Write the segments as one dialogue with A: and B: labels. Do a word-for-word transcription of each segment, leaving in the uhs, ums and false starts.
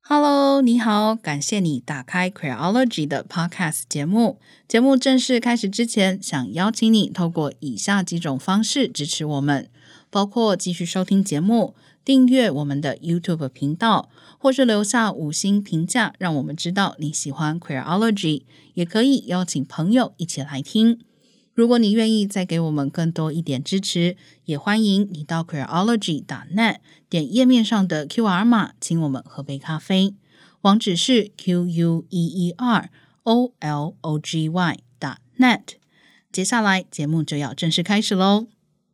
A: Hello， 你好，感谢你打开 Queerology 的 Podcast 节目。节目正式开始之前，想邀请你透过以下几种方式支持我们，包括继续收听节目、订阅我们的 YouTube 频道，或是留下五星评价，让我们知道你喜欢 Queerology， 也可以邀请朋友一起来听。如果你愿意再给我们更多一点支持，也欢迎你到 queerology 点 net 点页面上的 Q R 码，请我们喝杯咖啡。网址是 Q U E E R O L O G Y 点 net。接下来节目就要正式开始喽。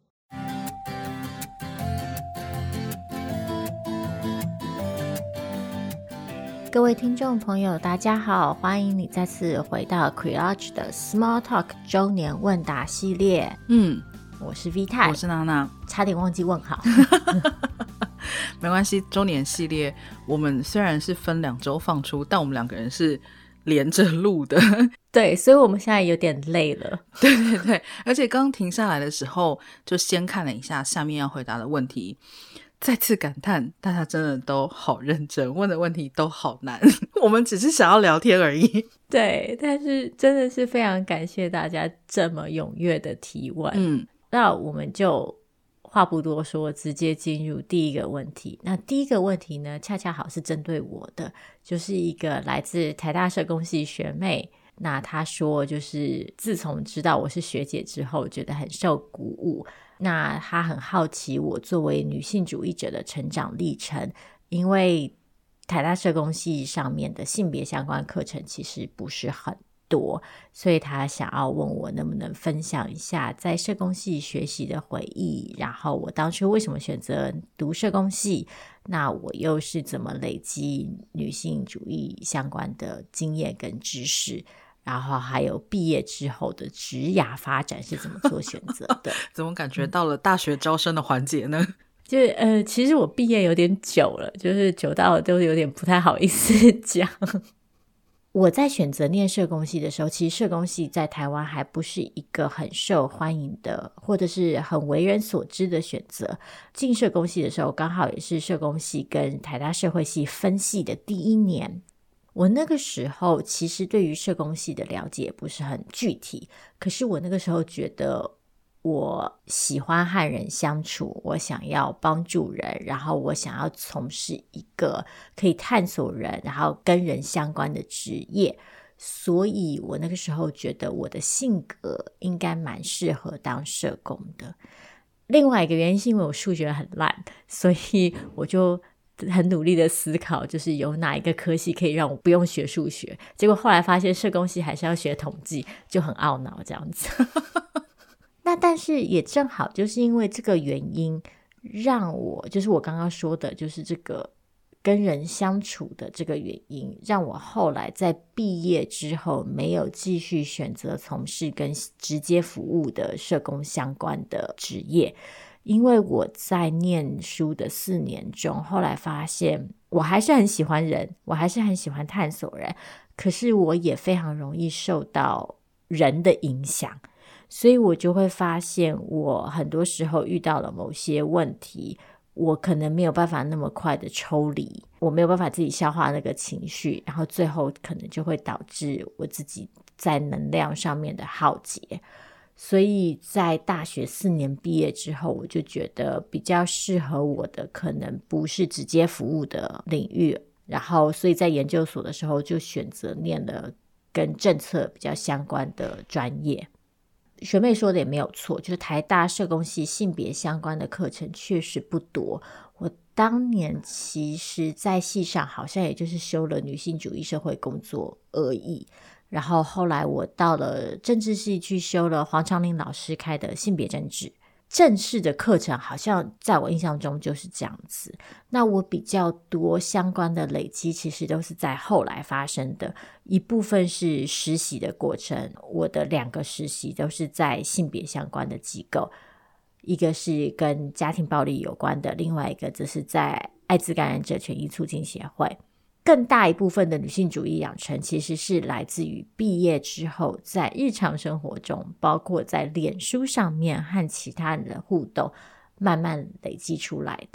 B: 各位听众朋友大家好，欢迎你再次回到 Queerology 的 Small Talk 周年问答系列。
A: 嗯，
B: 我是 V 太，
A: 我是娜娜，
B: 差点忘记问好
A: 没关系，周年系列我们虽然是分两周放出，但我们两个人是连着录的
B: 对，所以我们现在有点累了。
A: 对对对，而且刚停下来的时候就先看了一下下面要回答的问题，再次感叹大家真的都好认真，问的问题都好难我们只是想要聊天而已。
B: 对，但是真的是非常感谢大家这么踊跃的提问。
A: 嗯，
B: 那我们就话不多说，直接进入第一个问题。那第一个问题呢，恰恰好是针对我的，就是一个来自台大社工系学妹。那她说就是自从知道我是学姐之后，觉得很受鼓舞。那她很好奇我作为女性主义者的成长历程，因为台大社工系上面的性别相关课程其实不是很多，所以他想要问我能不能分享一下在社工系学习的回忆，然后我当初为什么选择读社工系，那我又是怎么累积女性主义相关的经验跟知识，然后还有毕业之后的职涯发展是怎么做选择的
A: 怎么感觉到了大学招生的环节呢？
B: 就呃，其实我毕业有点久了，就是久到都有点不太好意思讲。我在选择念社工系的时候，其实社工系在台湾还不是一个很受欢迎的，或者是很为人所知的选择。进社工系的时候，刚好也是社工系跟台大社会系分系的第一年。我那个时候其实对于社工系的了解不是很具体，可是我那个时候觉得我喜欢和人相处，我想要帮助人，然后我想要从事一个可以探索人然后跟人相关的职业，所以我那个时候觉得我的性格应该蛮适合当社工的。另外一个原因是因为我数学很烂，所以我就很努力的思考，就是有哪一个科系可以让我不用学数学，结果后来发现社工系还是要学统计，就很懊恼这样子那但是也正好就是因为这个原因，让我就是我刚刚说的就是这个跟人相处的这个原因，让我后来在毕业之后没有继续选择从事跟直接服务的社工相关的职业。因为我在念书的四年中，后来发现我还是很喜欢人，我还是很喜欢探索人，可是我也非常容易受到人的影响，所以我就会发现我很多时候遇到了某些问题，我可能没有办法那么快的抽离，我没有办法自己消化那个情绪，然后最后可能就会导致我自己在能量上面的耗竭。所以在大学四年毕业之后，我就觉得比较适合我的可能不是直接服务的领域，然后所以在研究所的时候就选择念了跟政策比较相关的专业。学妹说的也没有错，就是台大社工系性别相关的课程确实不多，我当年其实在系上好像也就是修了女性主义社会工作而已，然后后来我到了政治系去修了黄长林老师开的性别政治，正式的课程好像在我印象中就是这样子。那我比较多相关的累积其实都是在后来发生的，一部分是实习的过程，我的两个实习都是在性别相关的机构，一个是跟家庭暴力有关的，另外一个则是在艾滋感染者权益促进协会。更大一部分的女性主义养成其实是来自于毕业之后在日常生活中，包括在脸书上面和其他人的互动慢慢累积出来的。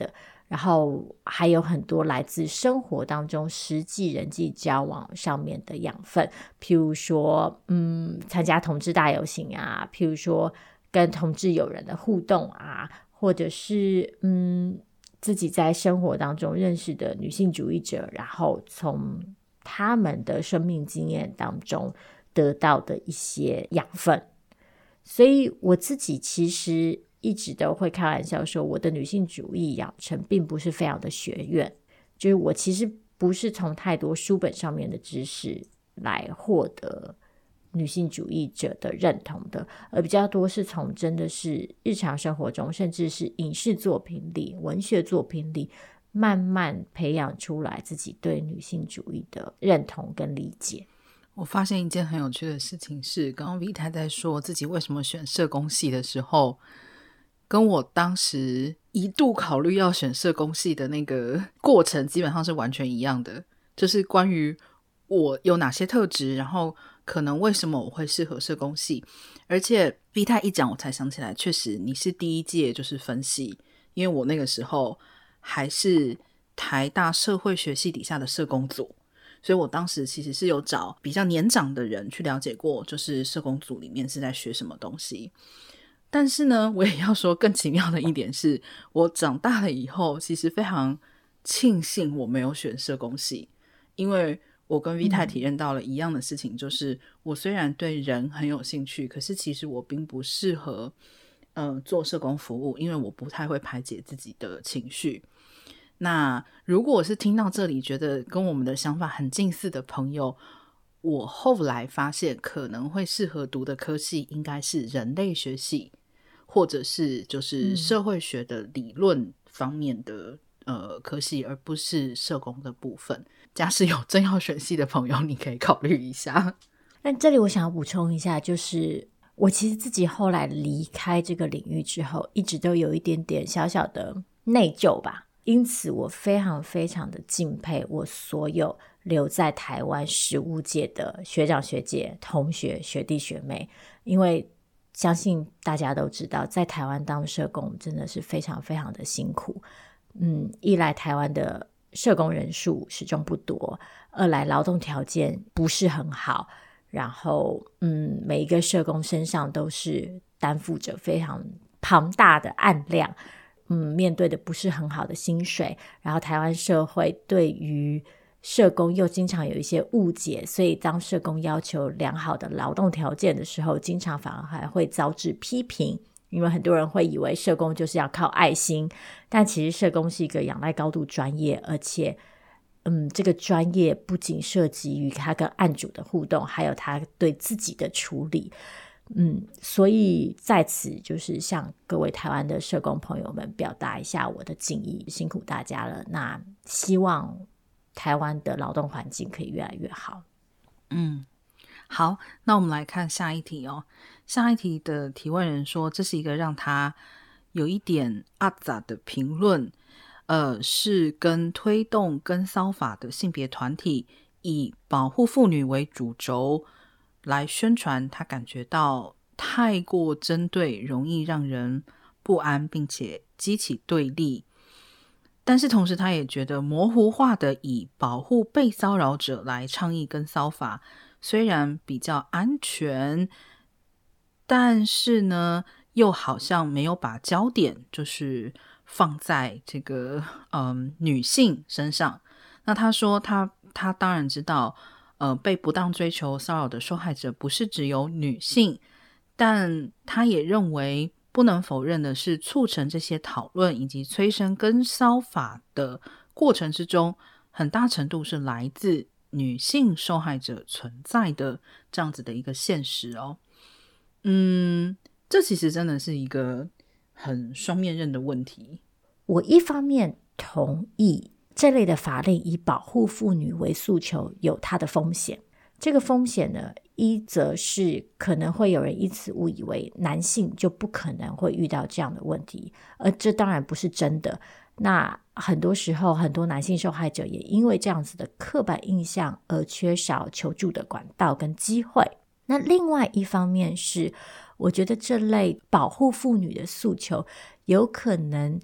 B: 然后还有很多来自生活当中实际人际交往上面的养分，譬如说嗯，参加同志大游行啊，譬如说跟同志友人的互动啊，或者是嗯自己在生活当中认识的女性主义者，然后从他们的生命经验当中得到的一些养分。所以我自己其实一直都会开玩笑说，我的女性主义养成并不是非常的学院，就是我其实不是从太多书本上面的知识来获得女性主义者的认同的，而比较多是从真的是日常生活中，甚至是影视作品里、文学作品里慢慢培养出来自己对女性主义的认同跟理解。
A: 我发现一件很有趣的事情是，刚刚 V 太在说自己为什么选社工系的时候，跟我当时一度考虑要选社工系的那个过程基本上是完全一样的，就是关于我有哪些特质，然后可能为什么我会适合社工系。而且 V 太一讲我才想起来，确实你是第一届就是分系，因为我那个时候还是台大社会学系底下的社工组，所以我当时其实是有找比较年长的人去了解过，就是社工组里面是在学什么东西。但是呢，我也要说更奇妙的一点是，我长大了以后其实非常庆幸我没有选社工系，因为我跟 V 太体验到了一样的事情，就是、嗯、我虽然对人很有兴趣，可是其实我并不适合呃做社工服务，因为我不太会排解自己的情绪。那如果我是听到这里觉得跟我们的想法很近似的朋友，我后来发现可能会适合读的科系应该是人类学系，或者是就是社会学的理论方面的、嗯、呃科系，而不是社工的部分。假使有正要选系的朋友，你可以考虑一下。
B: 但这里我想要补充一下，就是我其实自己后来离开这个领域之后，一直都有一点点小小的内疚吧，因此我非常非常的敬佩我所有留在台湾实务界的学长学姐、同学、学弟学妹，因为相信大家都知道，在台湾当社工真的是非常非常的辛苦。嗯，一来台湾的社工人数始终不多，二来劳动条件不是很好，然后嗯，每一个社工身上都是担负着非常庞大的案量，嗯，面对的不是很好的薪水，然后台湾社会对于社工又经常有一些误解，所以当社工要求良好的劳动条件的时候，经常反而还会遭致批评，因为很多人会以为社工就是要靠爱心，但其实社工是一个仰赖高度专业，而且嗯，这个专业不仅涉及于他跟案主的互动，还有他对自己的处理。嗯，所以在此就是向各位台湾的社工朋友们表达一下我的敬意，辛苦大家了。那希望台湾的劳动环境可以越来越好。
A: 嗯，好，那我们来看下一题哦。下一题的提问人说，这是一个让他有一点阿杂的评论，呃，是跟推动跟骚法的性别团体以保护妇女为主轴来宣传，他感觉到太过针对，容易让人不安，并且激起对立。但是同时他也觉得模糊化的以保护被骚扰者来倡议跟骚法虽然比较安全，但是呢又好像没有把焦点就是放在这个嗯女性身上。那他说他他当然知道呃被不当追求骚扰的受害者不是只有女性，但他也认为不能否认的是，促成这些讨论以及催生跟骚法的过程之中，很大程度是来自女性受害者存在的这样子的一个现实哦。嗯，这其实真的是一个很双面刃的问题。
B: 我一方面同意这类的法令以保护妇女为诉求有它的风险，这个风险呢，一则是可能会有人因此误以为男性就不可能会遇到这样的问题，而这当然不是真的。那很多时候很多男性受害者也因为这样子的刻板印象而缺少求助的管道跟机会。那另外一方面是，我觉得这类保护妇女的诉求有可能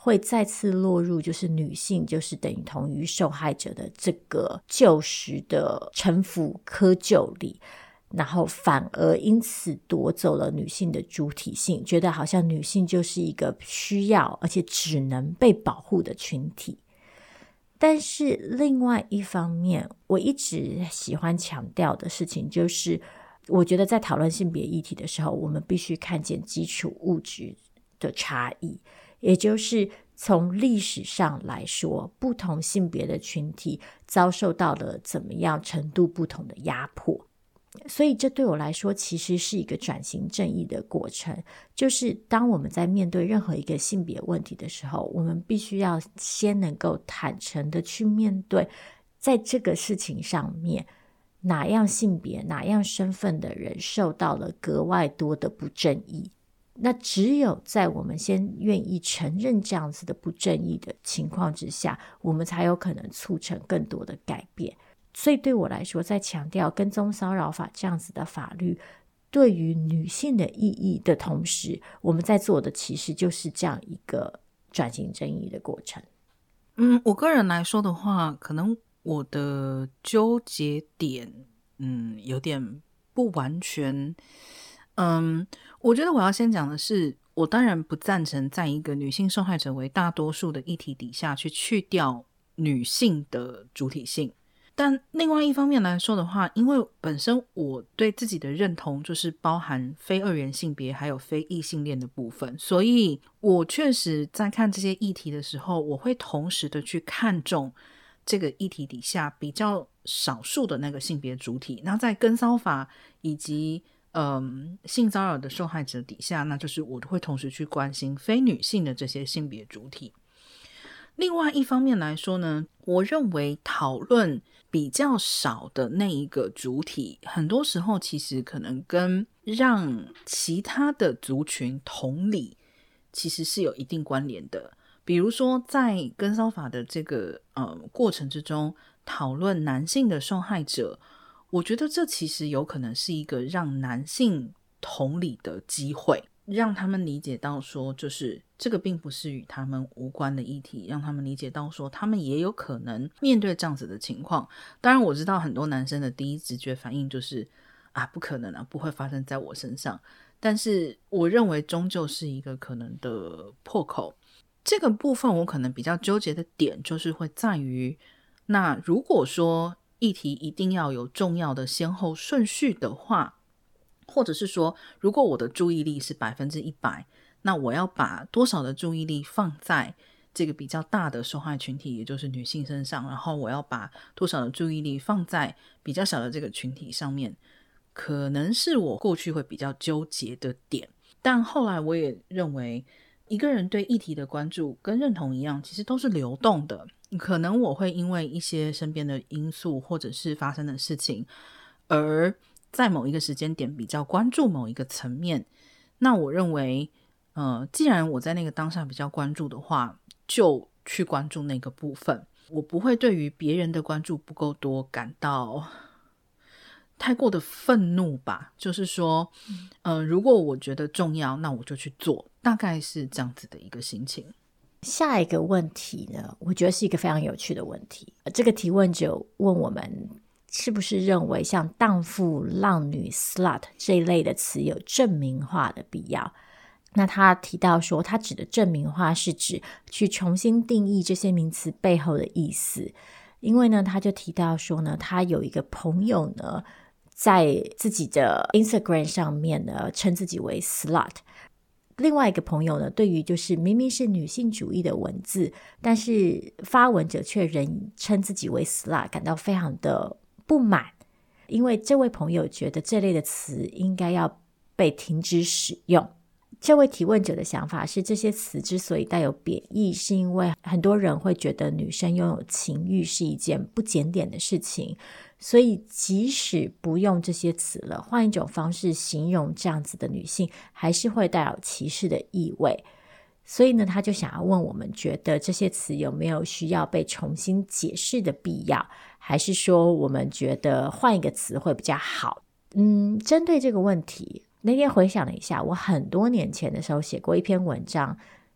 B: 会再次落入就是女性就是等于同于受害者的这个旧时的臣服窠臼里，然后反而因此夺走了女性的主体性，觉得好像女性就是一个需要而且只能被保护的群体。但是另外一方面，我一直喜欢强调的事情就是我觉得在讨论性别议题的时候，我们必须看见基础物质的差异，也就是从历史上来说，不同性别的群体遭受到了怎么样程度不同的压迫。所以这对我来说其实是一个转型正义的过程，就是当我们在面对任何一个性别问题的时候，我们必须要先能够坦诚的去面对在这个事情上面哪样性别哪样身份的人受到了格外多的不正义。那只有在我们先愿意承认这样子的不正义的情况之下，我们才有可能促成更多的改变。所以对我来说，在强调跟踪骚扰法这样子的法律对于女性的意义的同时，我们在做的其实就是这样一个转型正义的过程。
A: 嗯，我个人来说的话，可能我的纠结点嗯有点不完全。嗯，我觉得我要先讲的是，我当然不赞成在一个女性受害者为大多数的议题底下去去掉女性的主体性。但另外一方面来说的话，因为本身我对自己的认同就是包含非二元性别还有非异性恋的部分，所以我确实在看这些议题的时候，我会同时的去看重这个议题底下比较少数的那个性别主体。那在跟骚法以及嗯性骚扰的受害者底下，那就是我会同时去关心非女性的这些性别主体。另外一方面来说呢，我认为讨论比较少的那一个主体，很多时候其实可能跟让其他的族群同理其实是有一定关联的。比如说在跟骚法的这个呃过程之中，讨论男性的受害者，我觉得这其实有可能是一个让男性同理的机会，让他们理解到说就是这个并不是与他们无关的议题，让他们理解到说他们也有可能面对这样子的情况。当然我知道很多男生的第一直觉反应就是啊不可能啊，不会发生在我身上，但是我认为终究是一个可能的破口。这个部分我可能比较纠结的点就是会在于，那如果说议题一定要有重要的先后顺序的话，或者是说如果我的注意力是百分之一百，那我要把多少的注意力放在这个比较大的受害群体，也就是女性身上，然后我要把多少的注意力放在比较小的这个群体上面，可能是我过去会比较纠结的点。但后来我也认为一个人对议题的关注跟认同一样，其实都是流动的。可能我会因为一些身边的因素或者是发生的事情，而在某一个时间点比较关注某一个层面，那我认为呃，既然我在那个当下比较关注的话，就去关注那个部分。我不会对于别人的关注不够多感到太过的愤怒吧，就是说呃，如果我觉得重要，那我就去做，大概是这样子的一个心情。
B: 下一个问题呢，我觉得是一个非常有趣的问题。这个提问者问我们是不是认为像荡妇、浪女、slut 这一类的词有正名化的必要。那他提到说，他指的正名化是指去重新定义这些名词背后的意思。因为呢，他就提到说呢，他有一个朋友呢，在自己的 Instagram 上面呢，称自己为 slut。另外一个朋友呢，对于就是明明是女性主义的文字，但是发文者却仍称自己为 slut， 感到非常的不满。因为这位朋友觉得这类的词应该要被停止使用。这位提问者的想法是，这些词之所以带有贬义，是因为很多人会觉得女生拥有情欲是一件不检点的事情，所以即使不用这些词了，换一种方式形容这样子的女性，还是会带有歧视的意味。所以呢，他就想要问我们，觉得这些词有没有需要被重新解释的必要，还是说我们觉得换一个词会比较好？嗯，针对这个问题，那天回想了一下，我很多年前的时候写过一篇文章，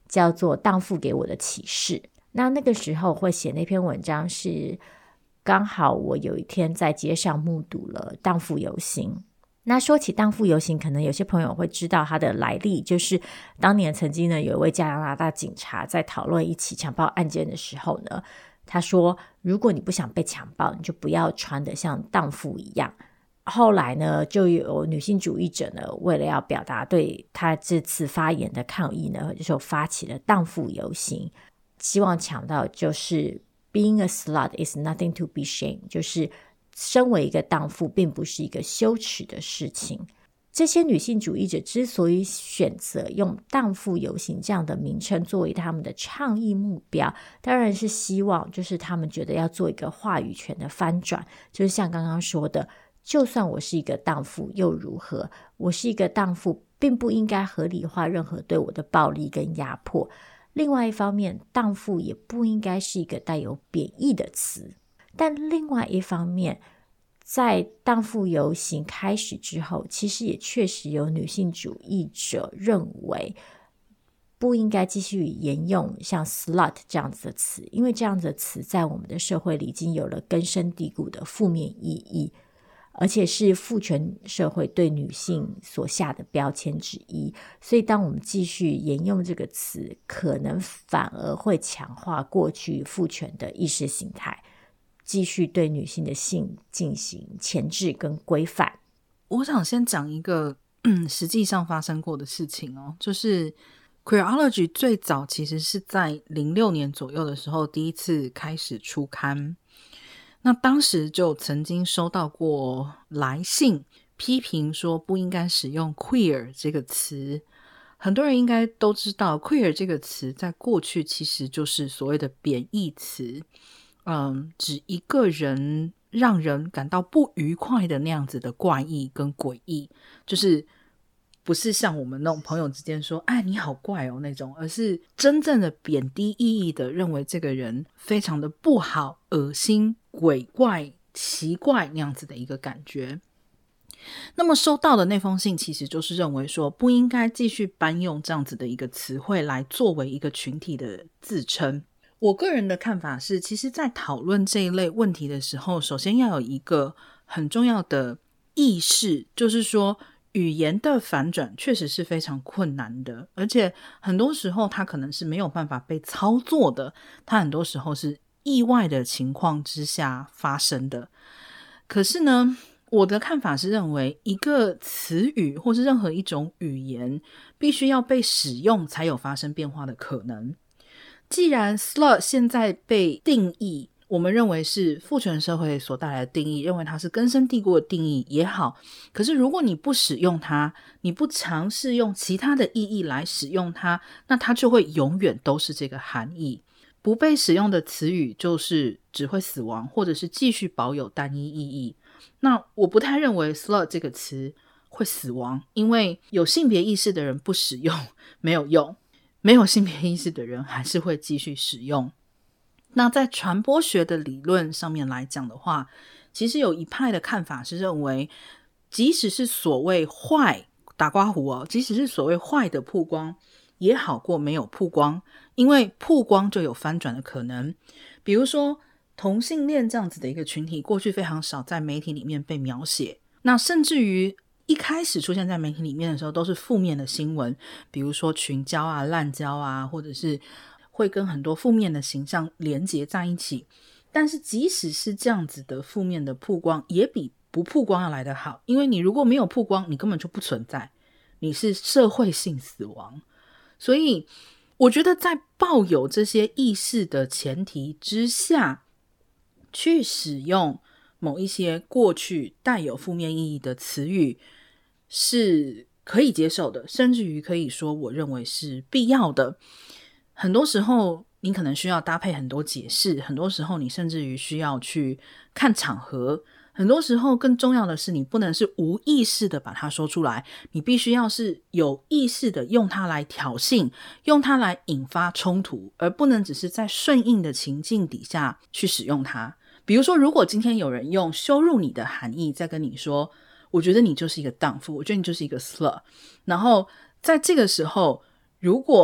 B: 叫做《荡妇给我的启示》。那那个时候会写那篇文章是刚好我有一天在街上目睹了荡妇游行。那说起荡妇游行，可能有些朋友会知道它的来历，就是当年曾经呢有一位加拿大警察在讨论一起强暴案件的时候呢，他说如果你不想被强暴，你就不要穿得像荡妇一样。后来呢就有女性主义者呢为了要表达对他这次发言的抗议呢，就发起了荡妇游行，希望强调就是 being a slut is nothing to be ashamed， 就是身为一个荡妇并不是一个羞耻的事情。这些女性主义者之所以选择用荡妇游行这样的名称作为他们的倡议目标，当然是希望就是他们觉得要做一个话语权的翻转，就是像刚刚说的，就算我是一个荡妇又如何，我是一个荡妇并不应该合理化任何对我的暴力跟压迫。另外一方面，荡妇也不应该是一个带有贬义的词。但另外一方面，在荡妇游行开始之后，其实也确实有女性主义者认为不应该继续沿用像 slut 这样子的词，因为这样子的词在我们的社会里已经有了根深蒂固的负面意义，而且是父权社会对女性所下的标签之一。所以当我们继续沿用这个词，可能反而会强化过去父权的意识形态，继续对女性的性进行钳制跟规范。
A: 我想先讲一个、嗯、实际上发生过的事情哦，就是 Queerology 最早其实是在零六年左右的时候第一次开始出刊。那当时就曾经收到过来信批评说不应该使用 queer 这个词。很多人应该都知道 queer 这个词在过去其实就是所谓的贬义词，嗯，指一个人让人感到不愉快的那样子的怪异跟诡异，就是不是像我们那种朋友之间说哎你好怪哦那种，而是真正的贬低意义的认为这个人非常的不好、恶心、鬼怪、奇怪那样子的一个感觉。那么收到的那封信其实就是认为说不应该继续搬用这样子的一个词汇来作为一个群体的自称。我个人的看法是，其实在讨论这一类问题的时候，首先要有一个很重要的意识，就是说语言的反转确实是非常困难的，而且很多时候它可能是没有办法被操作的，它很多时候是意外的情况之下发生的。可是呢，我的看法是认为一个词语或是任何一种语言必须要被使用才有发生变化的可能。既然 slut 现在被定义，我们认为是父权社会所带来的定义，认为它是根深蒂固的定义也好，可是如果你不使用它，你不尝试用其他的意义来使用它，那它就会永远都是这个含义。不被使用的词语就是只会死亡，或者是继续保有单一意义。那我不太认为 slut 这个词会死亡，因为有性别意识的人不使用没有用，没有性别意识的人还是会继续使用。那在传播学的理论上面来讲的话，其实有一派的看法是认为，即使是所谓坏打刮胡哦，即使是所谓坏的曝光也好过没有曝光，因为曝光就有翻转的可能。比如说同性恋这样子的一个群体过去非常少在媒体里面被描写，那甚至于一开始出现在媒体里面的时候都是负面的新闻，比如说群交啊、滥交啊，或者是会跟很多负面的形象连结在一起。但是即使是这样子的负面的曝光也比不曝光要来得好，因为你如果没有曝光你根本就不存在，你是社会性死亡。所以我觉得在抱有这些意识的前提之下，去使用某一些过去带有负面意义的词语是可以接受的，甚至于可以说我认为是必要的。很多时候你可能需要搭配很多解释，很多时候你甚至于需要去看场合，很多时候更重要的是你不能是无意识的把它说出来，你必须要是有意识的用它来挑衅，用它来引发冲突，而不能只是在顺应的情境底下去使用它。比如说如果今天有人用羞辱你的含义在跟你说我觉得你就是一个荡妇，我觉得你就是一个 slut， 然后在这个时候如果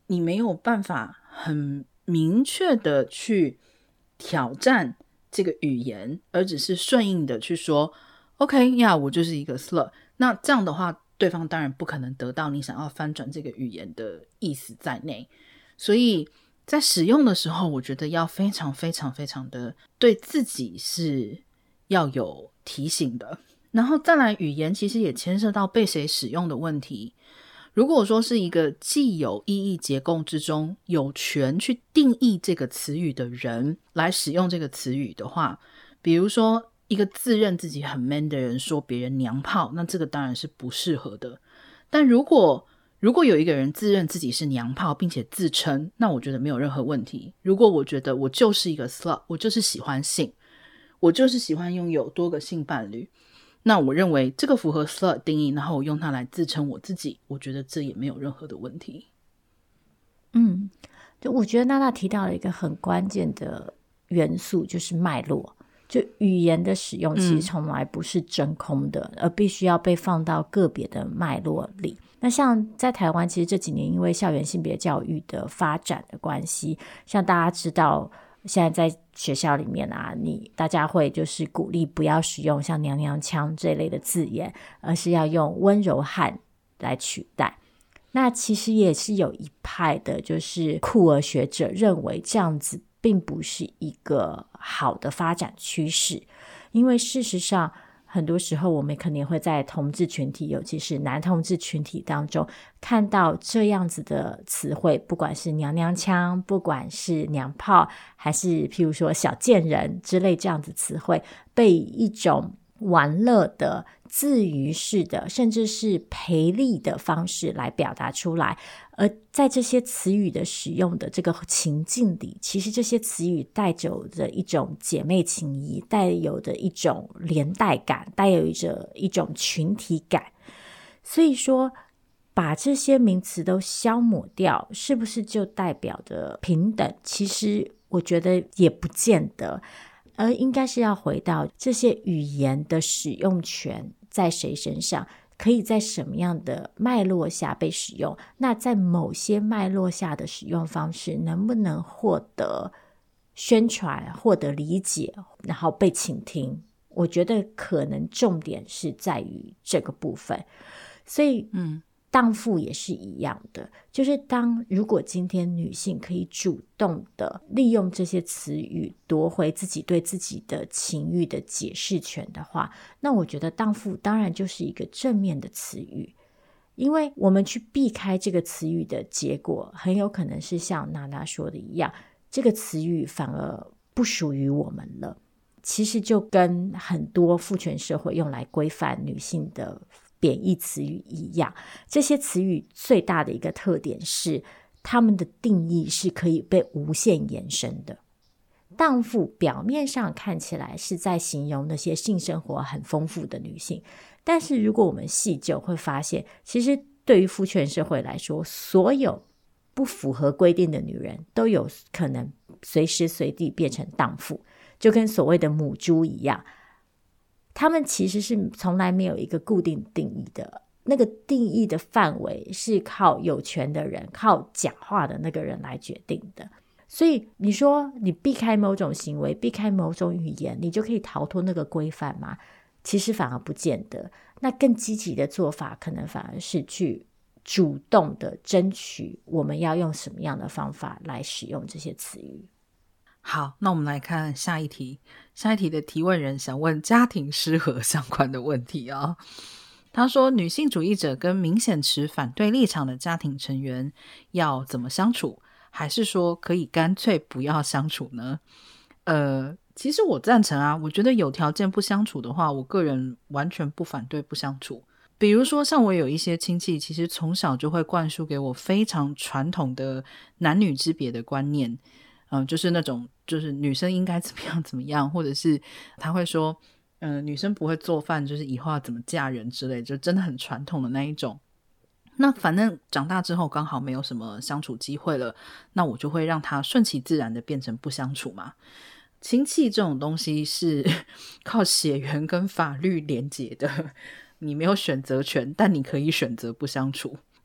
A: 你没有办法很明确的去挑战这个语言，而只是顺应的去说 OK 呀、yeah, 我就是一个 slut， 那这样的话对方当然不可能得到你想要翻转这个语言的意思在内。所以在使用的时候，我觉得要非常非常非常的对自己是要有提醒的。然后再来，语言其实也牵涉到被谁使用的问题。如果说是一个既有意义结构之中有权去定义这个词语的人来使用这个词语的话，比如说一个自认自己很 man 的人说别人娘炮，那这个当然是不适合的。但如果如果有一个人自认自己是娘炮并且自称，那我觉得没有任何问题。如果我觉得我就是一个 slut， 我就是喜欢性，我就是喜欢拥有多个性伴侣，那我认为这个符合 slut 定义，然后我用它来自称我自己，我觉得这也没有任何的问题。
B: 嗯，就我觉得娜娜提到了一个很关键的元素，就是脉络。就语言的使用其实从来不是真空的、嗯、而必须要被放到个别的脉络里。那像在台湾，其实这几年因为校园性别教育的发展的关系，像大家知道现在在学校里面啊，你大家会就是鼓励不要使用像娘娘腔这类的字眼，而是要用温柔汉来取代。那其实也是有一派的就是酷儿学者认为这样子并不是一个好的发展趋势，因为事实上很多时候我们可能会在同志群体，尤其是男同志群体当中看到这样子的词汇，不管是娘娘腔，不管是娘炮，还是譬如说小贱人之类这样子词汇，被一种玩乐的自娱式的甚至是培力的方式来表达出来。而在这些词语的使用的这个情境里，其实这些词语带有着一种姐妹情谊，带有着一种连带感，带有着一种群体感。所以说把这些名词都消抹掉，是不是就代表着平等？其实我觉得也不见得，而应该是要回到这些语言的使用权在谁身上，可以在什么样的脉络下被使用，那在某些脉络下的使用方式能不能获得宣传，获得理解，然后被倾听，我觉得可能重点是在于这个部分。所以嗯荡妇也是一样的，就是当如果今天女性可以主动的利用这些词语夺回自己对自己的情欲的解释权的话，那我觉得荡妇当然就是一个正面的词语。因为我们去避开这个词语的结果，很有可能是像娜娜说的一样，这个词语反而不属于我们了。其实就跟很多父权社会用来规范女性的贬义词语一样，这些词语最大的一个特点是它们的定义是可以被无限延伸的。荡妇表面上看起来是在形容那些性生活很丰富的女性，但是如果我们细究会发现，其实对于父权社会来说，所有不符合规定的女人都有可能随时随地变成荡妇，就跟所谓的母猪一样，他们其实是从来没有一个固定定义的，那个定义的范围是靠有权的人，靠讲话的那个人来决定的。所以你说你避开某种行为，避开某种语言，你就可以逃脱那个规范吗？其实反而不见得。那更积极的做法可能反而是去主动的争取我们要用什么样的方法来使用这些词语。
A: 好，那我们来看下一题。下一题的提问人想问家庭失和相关的问题啊、哦。他说，女性主义者跟明显持反对立场的家庭成员要怎么相处？还是说可以干脆不要相处呢？呃，其实我赞成啊，我觉得有条件不相处的话，我个人完全不反对不相处。比如说像我有一些亲戚，其实从小就会灌输给我非常传统的男女之别的观念，嗯、呃，就是那种就是女生应该怎么样怎么样，或者是他会说嗯、呃，女生不会做饭，就是以后要怎么嫁人之类，就真的很传统的那一种。那反正长大之后刚好没有什么相处机会了，那我就会让他顺其自然的变成不相处嘛。亲戚这种东西是靠血缘跟法律连结的，你没有选择权，但你可以选择不相处。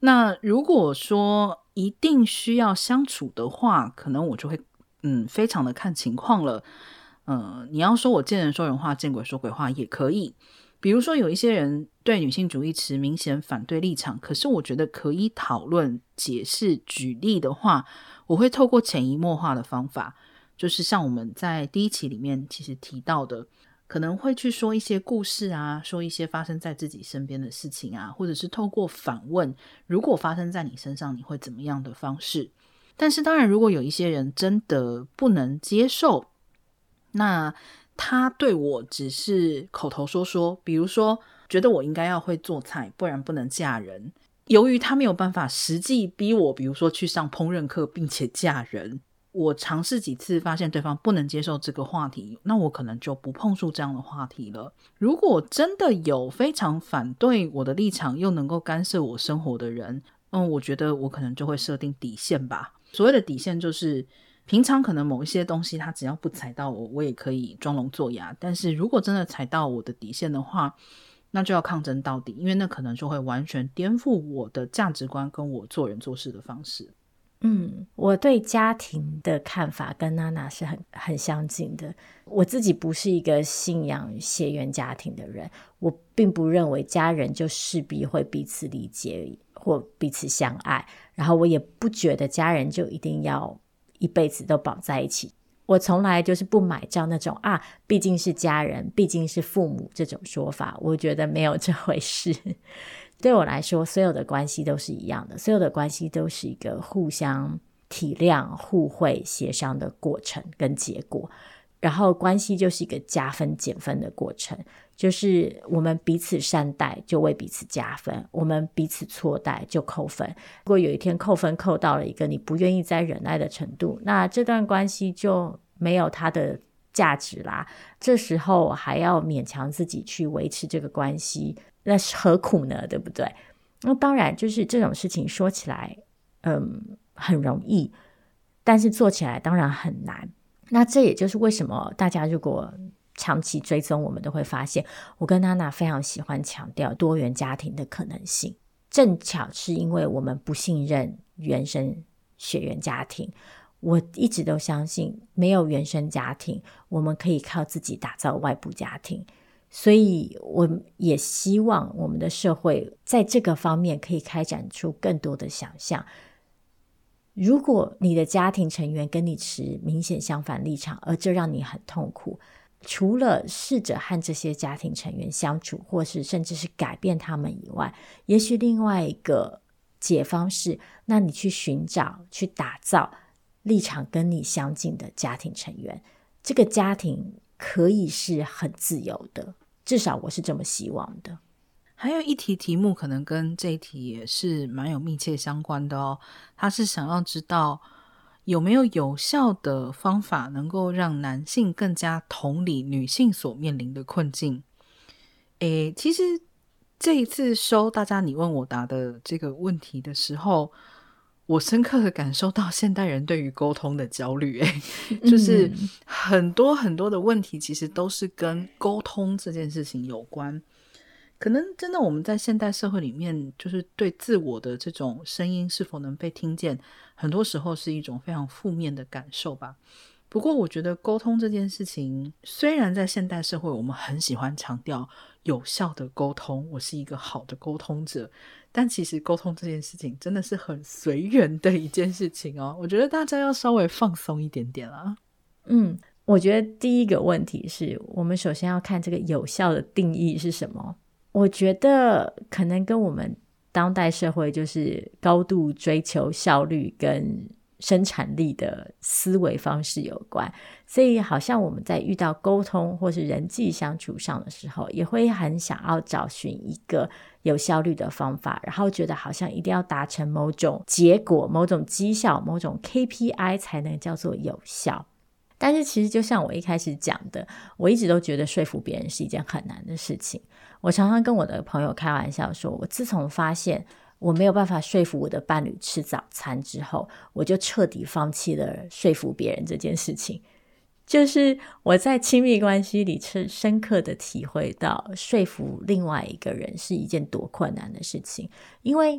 A: 那如果说一定需要相处的话，可能我就会嗯非常的看情况了。呃，你要说我见人说人话，见鬼说鬼话也可以。比如说有一些人对女性主义持明显反对立场，可是我觉得可以讨论、解释、举例的话，我会透过潜移默化的方法，就是像我们在第一期里面其实提到的，可能会去说一些故事啊，说一些发生在自己身边的事情啊，或者是透过反问，如果发生在你身上你会怎么样的方式。但是当然如果有一些人真的不能接受，那他对我只是口头说说，比如说觉得我应该要会做菜，不然不能嫁人。由于他没有办法实际逼我，比如说去上烹饪课并且嫁人，我尝试几次发现对方不能接受这个话题，那我可能就不碰触这样的话题了。如果真的有非常反对我的立场又能够干涉我生活的人，嗯，我觉得我可能就会设定底线吧。所谓的底线就是平常可能某一些东西他只要不踩到我，我也可以装聋作哑，但是如果真的踩到我的底线的话，那就要抗争到底，因为那可能就会完全颠覆我的价值观跟我做人做事的方式。
B: 嗯，我对家庭的看法跟娜娜是很很相近的。我自己不是一个信仰血缘家庭的人，我并不认为家人就势必会彼此理解或彼此相爱，然后我也不觉得家人就一定要一辈子都绑在一起。我从来就是不买账那种啊，毕竟是家人，毕竟是父母这种说法，我觉得没有这回事。对我来说，所有的关系都是一样的，所有的关系都是一个互相体谅、互惠、协商的过程跟结果。然后关系就是一个加分减分的过程，就是我们彼此善待就为彼此加分，我们彼此错待就扣分。如果有一天扣分扣到了一个你不愿意再忍耐的程度，那这段关系就没有它的价值啦。这时候还要勉强自己去维持这个关系，那何苦呢？对不对？那当然就是这种事情说起来嗯很容易，但是做起来当然很难。那这也就是为什么大家如果长期追踪我们都会发现，我跟娜娜非常喜欢强调多元家庭的可能性。正巧是因为我们不信任原生血缘家庭，我一直都相信没有原生家庭，我们可以靠自己打造外部家庭。所以我也希望我们的社会在这个方面可以开展出更多的想象。如果你的家庭成员跟你持明显相反立场，而这让你很痛苦，除了试着和这些家庭成员相处，或是甚至是改变他们以外，也许另外一个解方是，那你去寻找、去打造立场跟你相近的家庭成员。这个家庭可以是很自由的，至少我是这么希望的。
A: 还有一题题目可能跟这一题也是蛮有密切相关的哦，他是想要知道有没有有效的方法能够让男性更加同理女性所面临的困境。诶，其实这一次收大家你问我答的这个问题的时候，我深刻的感受到现代人对于沟通的焦虑。诶，就是很多很多的问题其实都是跟沟通这件事情有关。可能真的我们在现代社会里面，就是对自我的这种声音是否能被听见，很多时候是一种非常负面的感受吧。不过我觉得沟通这件事情，虽然在现代社会我们很喜欢强调有效的沟通，我是一个好的沟通者，但其实沟通这件事情真的是很随缘的一件事情哦。我觉得大家要稍微放松一点点啦。
B: 嗯，我觉得第一个问题是我们首先要看这个有效的定义是什么。我觉得可能跟我们当代社会就是高度追求效率跟生产力的思维方式有关，所以好像我们在遇到沟通或是人际相处上的时候，也会很想要找寻一个有效率的方法，然后觉得好像一定要达成某种结果、某种绩效、某种 K P I 才能叫做有效。但是其实就像我一开始讲的，我一直都觉得说服别人是一件很难的事情。我常常跟我的朋友开玩笑说，我自从发现我没有办法说服我的伴侣吃早餐之后，我就彻底放弃了说服别人这件事情。就是我在亲密关系里深刻的体会到说服另外一个人是一件多困难的事情。因为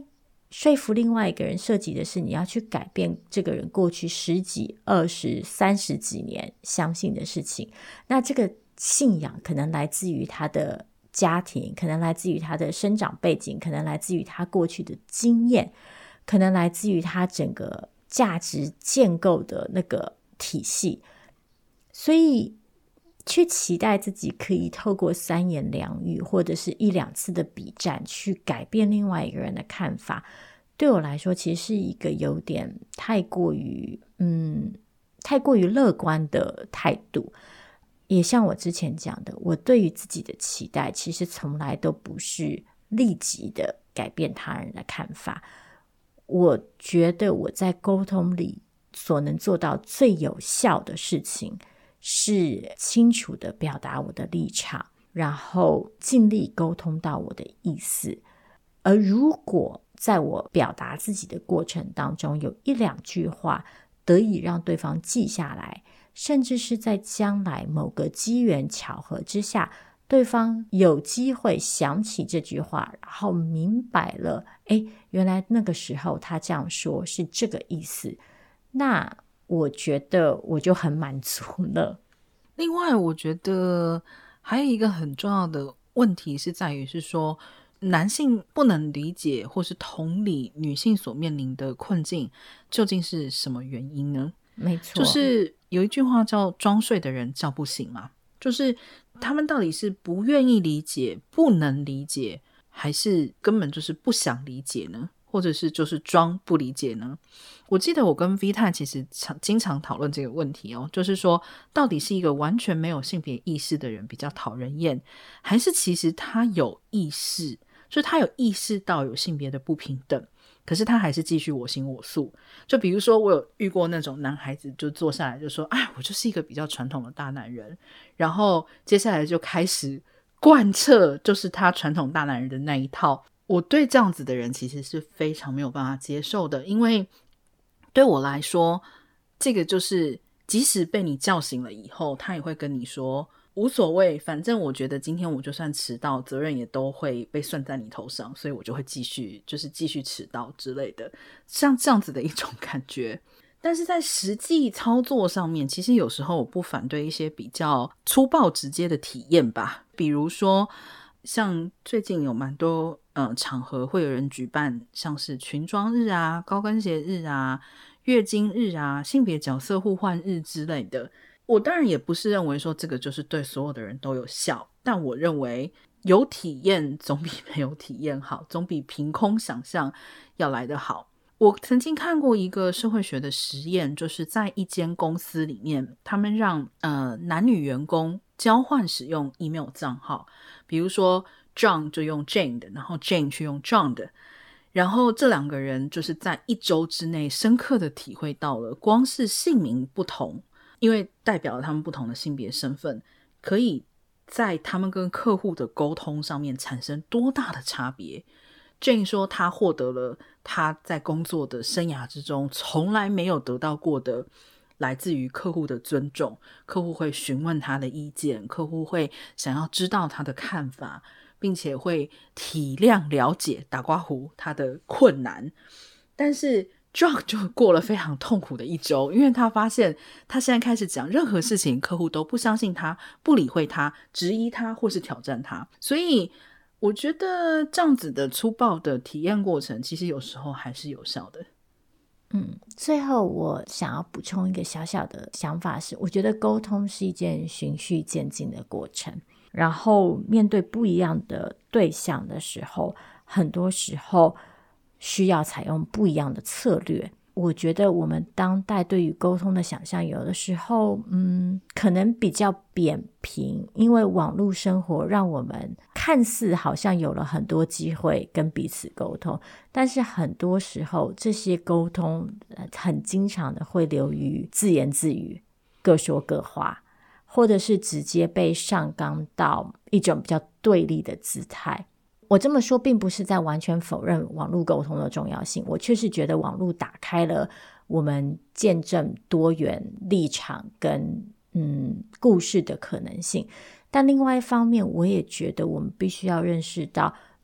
B: 说服另外一个人涉及的是你要去改变这个人过去十几、二十、三十几年相信的事情。那这个信仰可能来自于他的家庭，可能来自于他的生长背景，可能来自于他过去的经验，可能来自于他整个价值建构的那个体系。所以去期待自己可以透过三言两语或者是一两次的笔战去改变另外一个人的看法，对我来说其实是一个有点太过于嗯太过于乐观的态度。也像我之前讲的，我对于自己的期待其实从来都不是立即的改变他人的看法。我觉得我在沟通里所能做到最有效的事情是清楚的表达我的立场，然后尽力沟通到我的意思。而如果在我表达自己的过程当中有一两句话得以让对方记下来，甚至是在将来某个机缘巧合之下，对方有机会想起这句话，然后明白了，诶，原来那个时候他这样说是这个意思，那我觉得我就很满足了。
A: 另外我觉得还有一个很重要的问题是在于是说，男性不能理解或是同理女性所面临的困境究竟是什么原因呢？
B: 没错，
A: 就是有一句话叫装睡的人叫不醒嘛，就是他们到底是不愿意理解、不能理解，还是根本就是不想理解呢？或者是就是装不理解呢？我记得我跟 V 太其实常经常讨论这个问题哦，就是说到底是一个完全没有性别意识的人比较讨人厌，还是其实他有意识，就是他有意识到有性别的不平等，可是他还是继续我行我素。就比如说我有遇过那种男孩子就坐下来就说，哎，我就是一个比较传统的大男人，然后接下来就开始贯彻就是他传统大男人的那一套。我对这样子的人其实是非常没有办法接受的，因为对我来说，这个就是即使被你叫醒了以后，他也会跟你说无所谓，反正我觉得今天我就算迟到，责任也都会被算在你头上，所以我就会继续就是继续迟到之类的，像这样子的一种感觉。但是在实际操作上面，其实有时候我不反对一些比较粗暴直接的体验吧，比如说像最近有蛮多呃场合会有人举办像是裙装日啊、高跟鞋日啊、月经日啊、性别角色互换日之类的。我当然也不是认为说这个就是对所有的人都有效，但我认为有体验总比没有体验好，总比凭空想象要来得好。我曾经看过一个社会学的实验，就是在一间公司里面，他们让呃男女员工交换使用 email 账号，比如说 John 就用 Jane 的，然后 Jane 去用 John 的，然后这两个人就是在一周之内深刻的体会到了光是姓名不同，因为代表了他们不同的性别身份，可以在他们跟客户的沟通上面产生多大的差别。Jane 说他获得了他在工作的生涯之中从来没有得到过的来自于客户的尊重，客户会询问他的意见，客户会想要知道他的看法，并且会体谅了解打刮胡他的困难。但是 John 就过了非常痛苦的一周，因为他发现他现在开始讲任何事情客户都不相信他，不理会他，质疑他或是挑战他。所以我觉得这样子的粗暴的体验过程其实有时候还是有效的。
B: 嗯，最后我想要补充一个小小的想法是，我觉得沟通是一件循序渐进的过程，然后面对不一样的对象的时候，很多时候需要采用不一样的策略。我觉得我们当代对于沟通的想象有的时候嗯，可能比较扁平，因为网络生活让我们看似好像有了很多机会跟彼此沟通，但是很多时候这些沟通很经常的会流于自言自语，各说各话，或者是直接被上纲到一种比较对立的姿态。我这么说并不是在完全否认网络沟通的重要性，我确实觉得网络打开了我们见证多元立场跟嗯故事的可能性，但另外一方面我也觉得我们必须要认识到，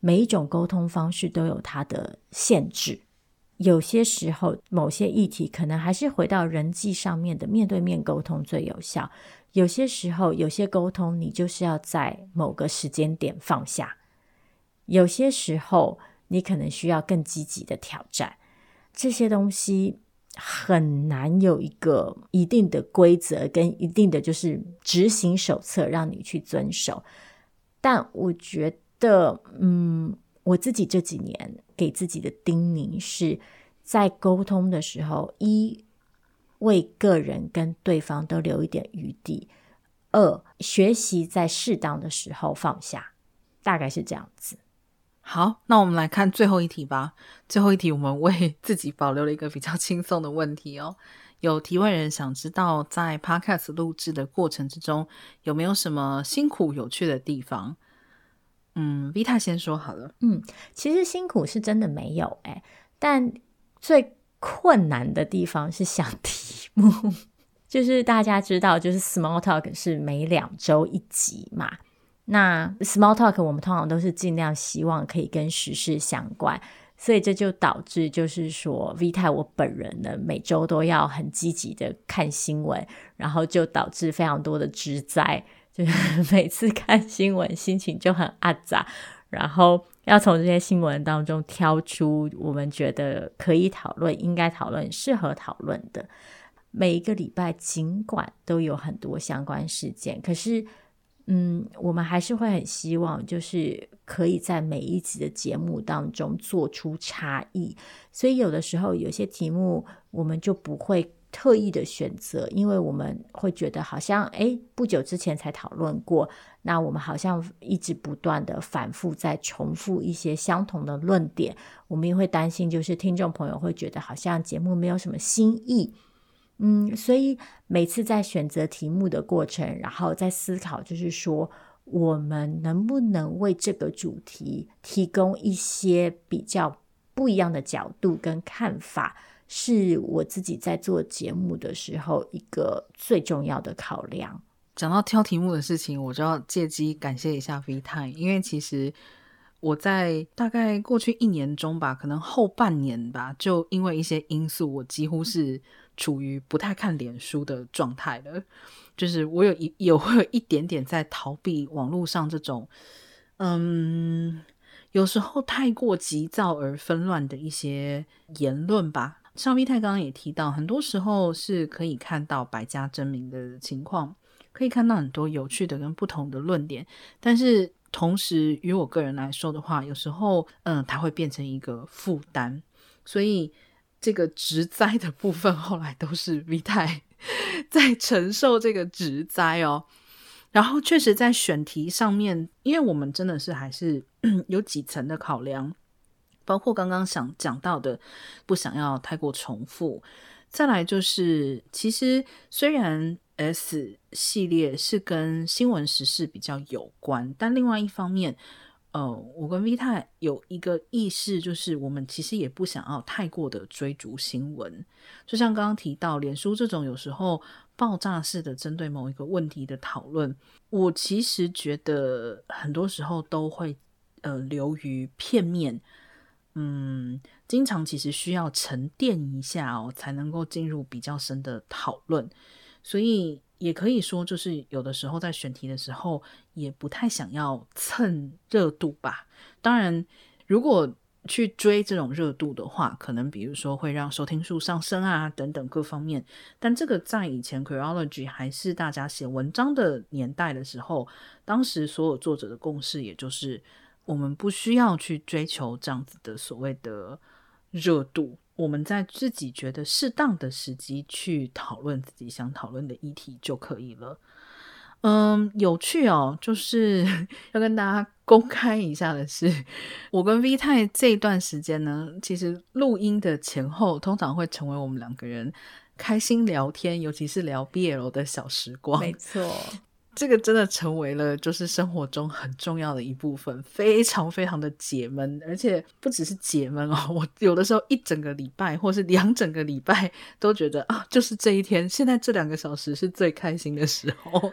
B: 每一种沟通方式都有它的限制，有些时候某些议题可能还是回到人际上面的面对面沟通最有效，有些时候有些沟通你就是要在某个时间点放下，有些时候你可能需要更积极的挑战，这些东西很难有一个一定的规则跟一定的就是执行手册让你去遵守。但我觉得嗯，我自己这几年给自己的叮咛是在沟通的时候，一为个人跟对方都留一点余地，二学习在适当的时候放下，大概是这样子。
A: 好，那我们来看最后一题吧。最后一题我们为自己保留了一个比较轻松的问题哦。有提问人想知道在 Podcast 录制的过程之中有没有什么辛苦有趣的地方。嗯 Vita 先说好了。
B: 嗯，其实辛苦是真的没有欸，但最困难的地方是想题目就是大家知道就是 Small Talk 是每两周一集嘛，那 Small Talk 我们通常都是尽量希望可以跟时事相关，所以这就导致就是说 Vita 我本人呢每周都要很积极的看新闻，然后就导致非常多的职灾，就是每次看新闻心情就很阿杂，然后要从这些新闻当中挑出我们觉得可以讨论应该讨论适合讨论的。每一个礼拜尽管都有很多相关事件，可是嗯，我们还是会很希望就是可以在每一集的节目当中做出差异，所以有的时候有些题目我们就不会特意的选择，因为我们会觉得好像诶不久之前才讨论过，那我们好像一直不断的反复在重复一些相同的论点，我们也会担心就是听众朋友会觉得好像节目没有什么新意。嗯，所以每次在选择题目的过程，然后在思考就是说我们能不能为这个主题提供一些比较不一样的角度跟看法，是我自己在做节目的时候一个最重要的考量。
A: 讲到挑题目的事情，我就要借机感谢一下 Vita， 因为其实我在大概过去一年中吧，可能后半年吧，就因为一些因素，我几乎是处于不太看脸书的状态了，就是我有一有会有一点点在逃避网络上这种嗯，有时候太过急躁而纷乱的一些言论吧。像 Vita 刚刚也提到，很多时候是可以看到百家争鸣的情况，可以看到很多有趣的跟不同的论点，但是同时于我个人来说的话，有时候嗯，它会变成一个负担，所以这个职灾的部分后来都是 Vita 在承受这个职灾哦。然后确实在选题上面，因为我们真的是还是有几层的考量，包括刚刚想讲到的不想要太过重复，再来就是其实虽然 S 系列是跟新闻时事比较有关，但另外一方面呃，我跟 Vita 有一个意识，就是我们其实也不想要太过的追逐新闻，就像刚刚提到脸书这种有时候爆炸式的针对某一个问题的讨论，我其实觉得很多时候都会呃流于片面，嗯，经常其实需要沉淀一下哦，才能够进入比较深的讨论，所以也可以说就是有的时候在选题的时候也不太想要蹭热度吧。当然如果去追这种热度的话，可能比如说会让收听数上升啊等等各方面，但这个在以前 Queerology 还是大家写文章的年代的时候，当时所有作者的共识也就是我们不需要去追求这样子的所谓的热度，我们在自己觉得适当的时机去讨论自己想讨论的议题就可以了。嗯，有趣哦，就是要跟大家公开一下的是，我跟 Vita 这一段时间呢，其实录音的前后通常会成为我们两个人开心聊天，尤其是聊 B L 的小时光。
B: 没错，
A: 这个真的成为了就是生活中很重要的一部分，非常非常的解闷，而且不只是解闷哦，我有的时候一整个礼拜或是两整个礼拜都觉得啊，就是这一天，现在这两个小时是最开心的时候。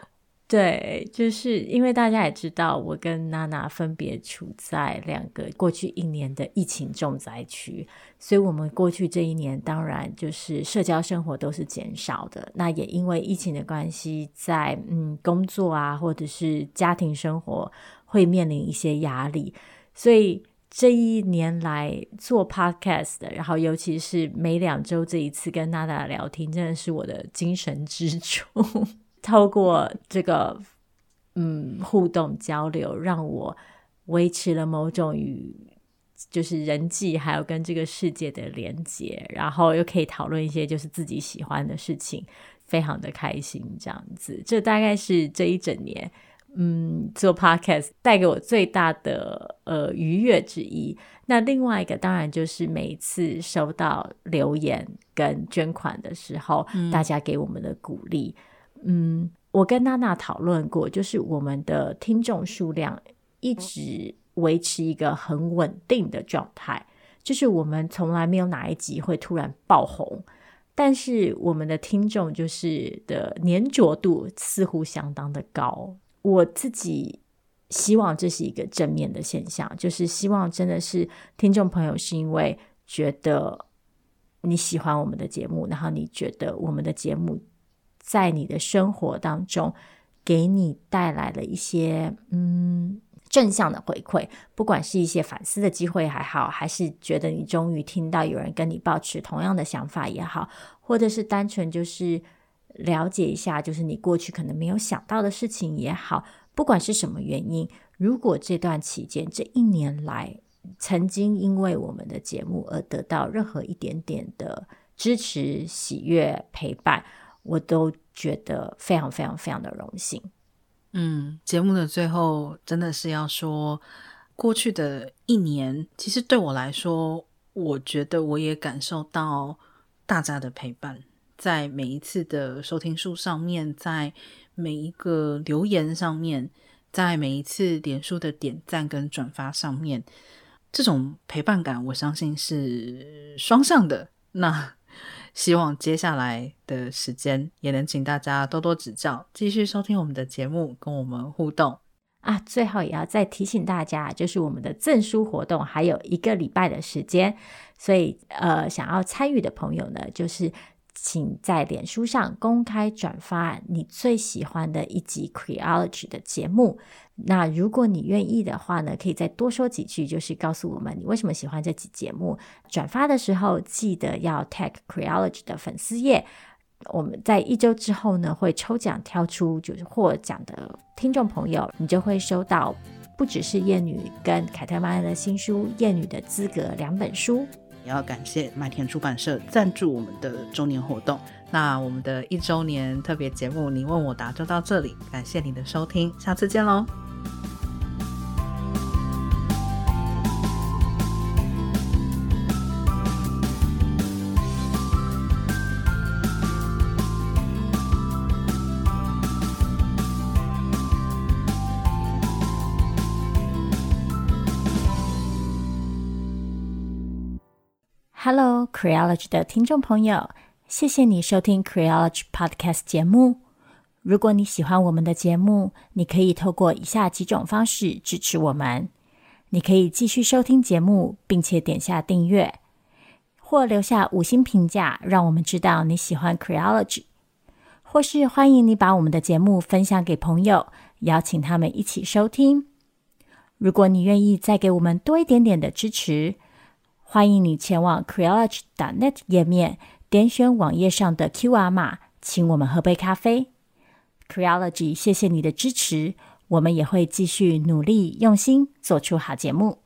B: 对，就是因为大家也知道我跟娜娜分别处在两个过去一年的疫情重灾区，所以我们过去这一年当然就是社交生活都是减少的，那也因为疫情的关系，在嗯工作啊或者是家庭生活会面临一些压力，所以这一年来做 podcast 的，然后尤其是每两周这一次跟娜娜聊天，真的是我的精神支柱透过这个嗯互动交流，让我维持了某种与就是人际还有跟这个世界的连结，然后又可以讨论一些就是自己喜欢的事情，非常的开心这样子。这大概是这一整年嗯做 podcast 带给我最大的呃愉悦之一。那另外一个当然就是每一次收到留言跟捐款的时候、嗯、大家给我们的鼓励。嗯，我跟娜娜讨论过，就是我们的听众数量一直维持一个很稳定的状态，就是我们从来没有哪一集会突然爆红，但是我们的听众就是的粘着度似乎相当的高。我自己希望这是一个正面的现象，就是希望真的是听众朋友是因为觉得你喜欢我们的节目，然后你觉得我们的节目在你的生活当中给你带来了一些嗯正向的回馈，不管是一些反思的机会还好，还是觉得你终于听到有人跟你抱持同样的想法也好，或者是单纯就是了解一下就是你过去可能没有想到的事情也好，不管是什么原因，如果这段期间这一年来曾经因为我们的节目而得到任何一点点的支持、喜悦、陪伴，我都觉得非常非常非常的荣幸。
A: 嗯，节目的最后真的是要说，过去的一年其实对我来说，我觉得我也感受到大家的陪伴，在每一次的收听数上面，在每一个留言上面，在每一次脸书的点赞跟转发上面，这种陪伴感我相信是双向的。那希望接下来的时间也能请大家多多指教，继续收听我们的节目，跟我们互动
B: 啊。最后也要再提醒大家，就是我们的赠书活动还有一个礼拜的时间，所以呃，想要参与的朋友呢，就是请在脸书上公开转发你最喜欢的一集 Creology 的节目。那如果你愿意的话呢，可以再多说几句，就是告诉我们你为什么喜欢这集节目。转发的时候记得要 tag Creology 的粉丝页，我们在一周之后呢会抽奖挑出就是获奖的听众朋友，你就会收到不只是燕女跟凯特曼恩的新书《燕女的资格》两本书。
A: 也要感谢麦田出版社赞助我们的周年活动。那我们的一周年特别节目你问我答就到这里，感谢你的收听，下次见咯。
B: Hello Creology 的听众朋友，谢谢你收听 Creology Podcast 节目。如果你喜欢我们的节目，你可以透过以下几种方式支持我们。你可以继续收听节目，并且点下订阅，或留下五星评价，让我们知道你喜欢 Creology。或是欢迎你把我们的节目分享给朋友，邀请他们一起收听。如果你愿意再给我们多一点点的支持，欢迎你前往 creology dot net 页面，点选网页上的 Q R 码，请我们喝杯咖啡。Creology 谢谢你的支持，我们也会继续努力用心做出好节目。